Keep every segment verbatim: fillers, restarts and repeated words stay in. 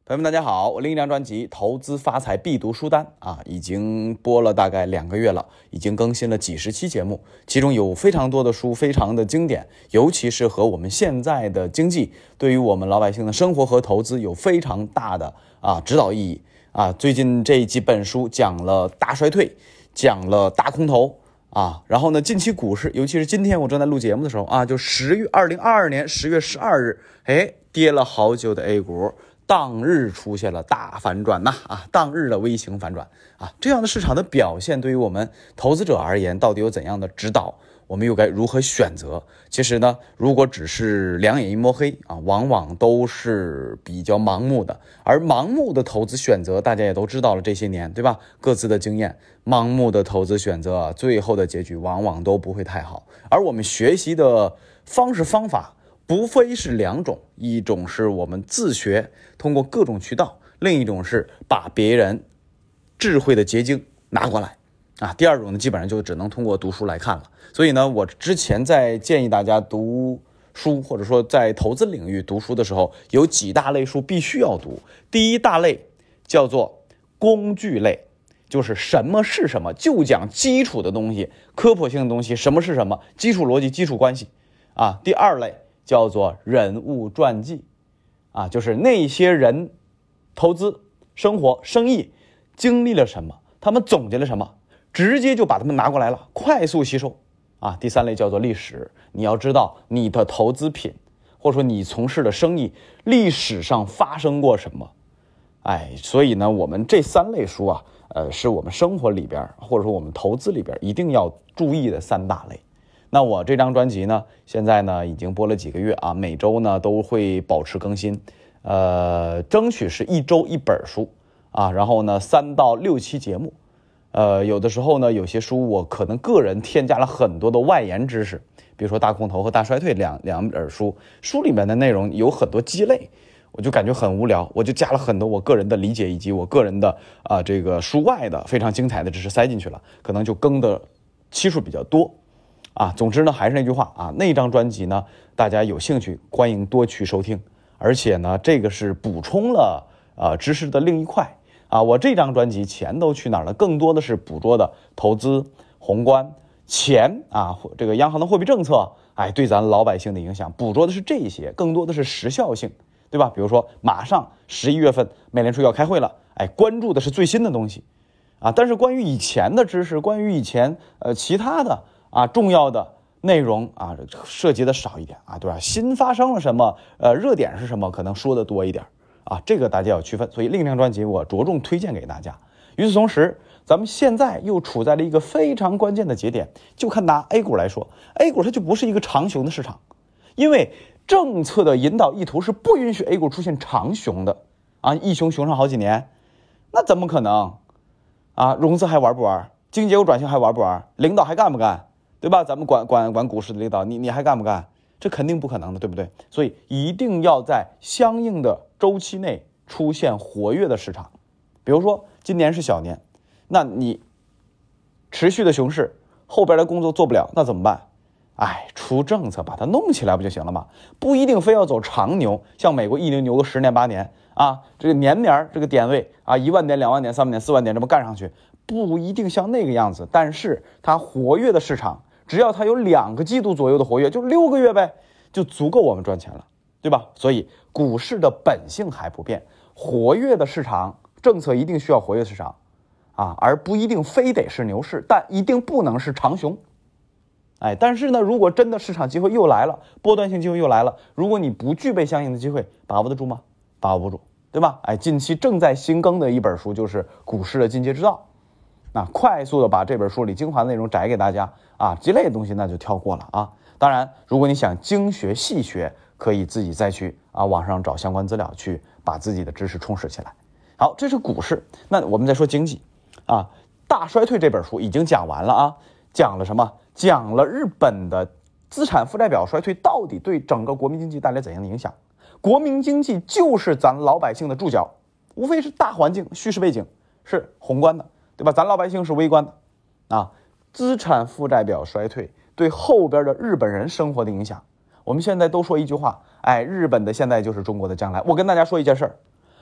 朋友们大家好，我另一张专辑《投资发财必读书单》啊，已经播了大概两个月了，已经更新了几十期节目，其中有非常多的书非常的经典，尤其是和我们现在的经济对于我们老百姓的生活和投资有非常大的啊指导意义啊。最近这几本书讲了大衰退，讲了大空头啊，然后呢，近期股市，尤其是今天我正在录节目的时候啊，就十月二零二二年十月十二日，哎，跌了好久的 A 股。当日出现了大反转呐啊，当日的微型反转啊，这样的市场的表现对于我们投资者而言，到底有怎样的指导？我们又该如何选择？其实呢，如果只是两眼一摸黑啊，往往都是比较盲目的。而盲目的投资选择，大家也都知道了，这些年对吧？各自的经验，盲目的投资选择，最后的结局往往都不会太好。而我们学习的方式方法，不非是两种，一种是我们自学，通过各种渠道，另一种是把别人智慧的结晶拿过来啊。第二种呢，基本上就只能通过读书来看了。所以呢，我之前在建议大家读书，或者说在投资领域读书的时候，有几大类书必须要读。第一大类叫做工具类，就是什么是什么，就讲基础的东西，科普性的东西，什么是什么，基础逻辑、基础关系啊。第二类叫做人物传记啊，就是那些人投资、生活、生意经历了什么，他们总结了什么，直接就把他们拿过来了，快速吸收啊。第三类叫做历史，你要知道你的投资品或者说你从事的生意历史上发生过什么。哎，所以呢，我们这三类书啊，呃，是我们生活里边或者说我们投资里边一定要注意的三大类。那我这张专辑呢，现在呢已经播了几个月啊，每周呢都会保持更新，呃，争取是一周一本书啊，然后呢三到六期节目，呃，有的时候呢有些书我可能个人添加了很多的外延知识，比如说大空头和大衰退两两本书，书里面的内容有很多鸡肋，我就感觉很无聊，我就加了很多我个人的理解以及我个人的啊、呃、这个书外的非常精彩的知识塞进去了，可能就更的期数比较多。啊，总之呢，还是那句话啊，那张专辑呢，大家有兴趣欢迎多去收听，而且呢，这个是补充了呃知识的另一块啊。我这张专辑钱都去哪儿了？更多的是捕捉的投资、宏观、钱啊，这个央行的货币政策，哎，对咱老百姓的影响，捕捉的是这些，更多的是时效性，对吧？比如说，马上十一月份美联储要开会了，哎，关注的是最新的东西啊。但是关于以前的知识，关于以前呃其他的。啊，重要的内容啊，涉及的少一点啊，对吧？新发生了什么？呃，热点是什么？可能说的多一点啊，这个大家要区分。所以另一张专辑我着重推荐给大家。与此同时，咱们现在又处在了一个非常关键的节点，就看拿 A 股来说 ，A 股它就不是一个长熊的市场，因为政策的引导意图是不允许 A 股出现长熊的啊，一熊熊上好几年，那怎么可能啊？融资还玩不玩？经济结构转型还玩不玩？领导还干不干？对吧？咱们管管管股市的领导，你你还干不干？这肯定不可能的，对不对？所以一定要在相应的周期内出现活跃的市场。比如说今年是小年，那你持续的熊市，后边的工作做不了，那怎么办？哎，出政策把它弄起来不就行了吗？不一定非要走长牛，像美国一牛牛个十年八年啊，这个年年这个点位啊，一万点、两万点、三万点、四万点这么干上去，不一定像那个样子，但是它活跃的市场。只要它有两个季度左右的活跃，就六个月呗，就足够我们赚钱了，对吧？所以股市的本性还不变，活跃的市场，政策一定需要活跃市场啊，而不一定非得是牛市，但一定不能是长熊。哎，但是呢，如果真的市场机会又来了，波段性机会又来了，如果你不具备相应的机会，把握得住吗？把握不住，对吧？哎，近期正在新更的一本书就是《股市的进阶之道》。那快速的把这本书里精华的内容摘给大家啊，鸡肋的东西那就跳过了啊。当然，如果你想精学细学，可以自己再去啊网上找相关资料，去把自己的知识充实起来。好，这是股市。那我们再说经济啊，大衰退这本书已经讲完了啊，讲了什么？讲了日本的资产负债表衰退到底对整个国民经济带来怎样的影响？国民经济就是咱老百姓的注脚，无非是大环境、叙事背景是宏观的。对吧？咱老百姓是微观的啊，资产负债表衰退对后边的日本人生活的影响。我们现在都说一句话，哎，日本的现在就是中国的将来。我跟大家说一件事儿，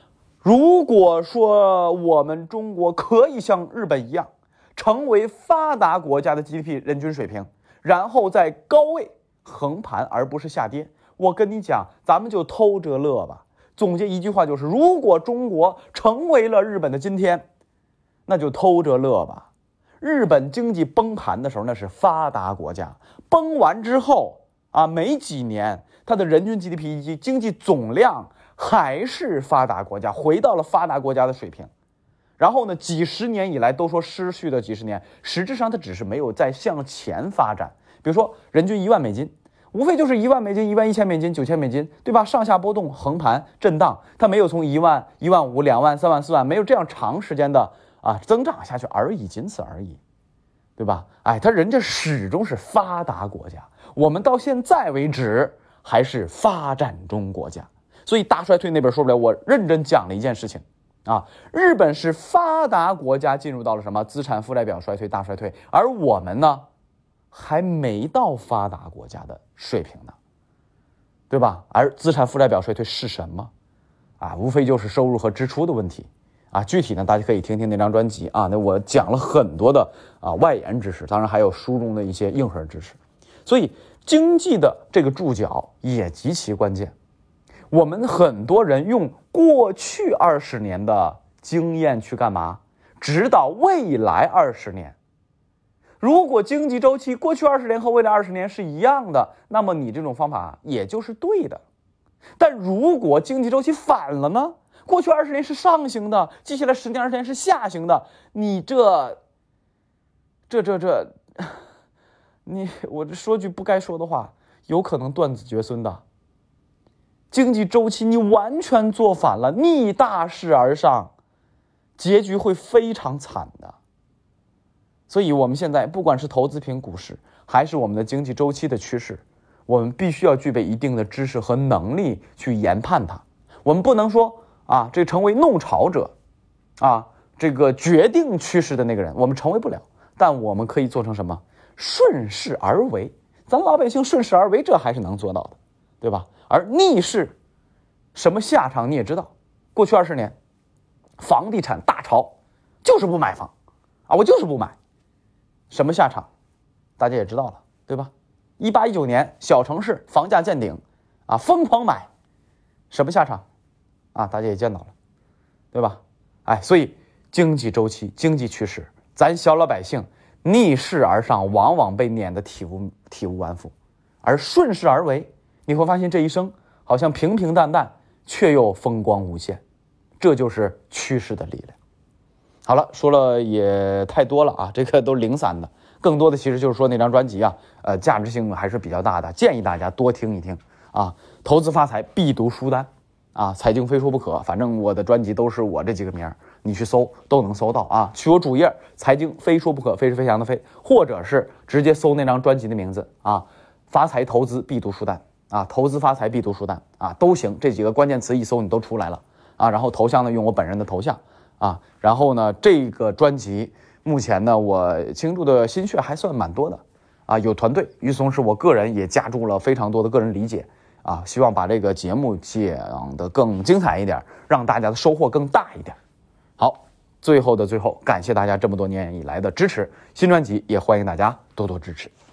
如果说我们中国可以像日本一样，成为发达国家的 G D P 人均水平，然后在高位横盘而不是下跌，我跟你讲，咱们就偷着乐吧。总结一句话就是，如果中国成为了日本的今天，那就偷着乐吧。日本经济崩盘的时候，那是发达国家，崩完之后啊，没几年，它的人均 G D P 以及经济总量还是发达国家，回到了发达国家的水平。然后呢，几十年以来都说失去的几十年，实质上它只是没有再向前发展。比如说，人均一万美金，无非就是一万美金、一万一千美金、九千美金，对吧？上下波动、横盘、震荡，它没有从一万、一万五、两万、三万、四万，没有这样长时间的啊增长下去而已，仅此而已，对吧？哎，它人家始终是发达国家，我们到现在为止还是发展中国家。所以大衰退那边说不了，我认真讲了一件事情啊，日本是发达国家进入到了什么资产负债表衰退、大衰退，而我们呢还没到发达国家的水平呢，对吧？而资产负债表衰退是什么啊？无非就是收入和支出的问题啊。具体呢，大家可以听听那张专辑啊，那我讲了很多的啊外延知识，当然还有书中的一些硬核知识。所以经济的这个注脚也极其关键。我们很多人用过去二十年的经验去干嘛？指导未来二十年。如果经济周期过去二十年和未来二十年是一样的，那么你这种方法也就是对的。但如果经济周期反了呢？过去二十年是上行的，接下来十年二十年是下行的，你这这这这你我这说句不该说的话，有可能断子绝孙的。经济周期你完全做反了，逆大势而上，结局会非常惨的。所以我们现在不管是投资品股市，还是我们的经济周期的趋势，我们必须要具备一定的知识和能力去研判它。我们不能说啊，这成为弄潮者啊，这个决定趋势的那个人，我们成为不了，但我们可以做成什么？顺势而为。咱老百姓顺势而为，这还是能做到的，对吧？而逆势什么下场你也知道，过去二十年房地产大潮，就是不买房啊，我就是不买，什么下场大家也知道了，对吧？一八一九年小城市房价见顶啊，疯狂买，什么下场啊？大家也见到了，对吧？哎，所以经济周期、经济趋势，咱小老百姓逆势而上，往往被碾得体无体无完肤，而顺势而为，你会发现这一生好像平平淡淡，却又风光无限，这就是趋势的力量。好了，说了也太多了啊，这个都零散的，更多的其实就是说那张专辑啊，呃，价值性还是比较大的，建议大家多听一听啊。投资发财必读书单啊，财经非说不可，反正我的专辑都是我这几个名，你去搜都能搜到啊。去我主页财经非说不可，非是飞翔的飞，或者是直接搜那张专辑的名字啊，发财投资必读书单啊，投资发财必读书单啊，都行，这几个关键词一搜你都出来了啊。然后头像呢用我本人的头像啊，然后呢这个专辑目前呢我倾注的心血还算蛮多的啊，有团队，与此同时我个人也加注了非常多的个人理解啊，希望把这个节目讲得更精彩一点，让大家的收获更大一点。好，最后的最后，感谢大家这么多年以来的支持，新专辑也欢迎大家多多支持。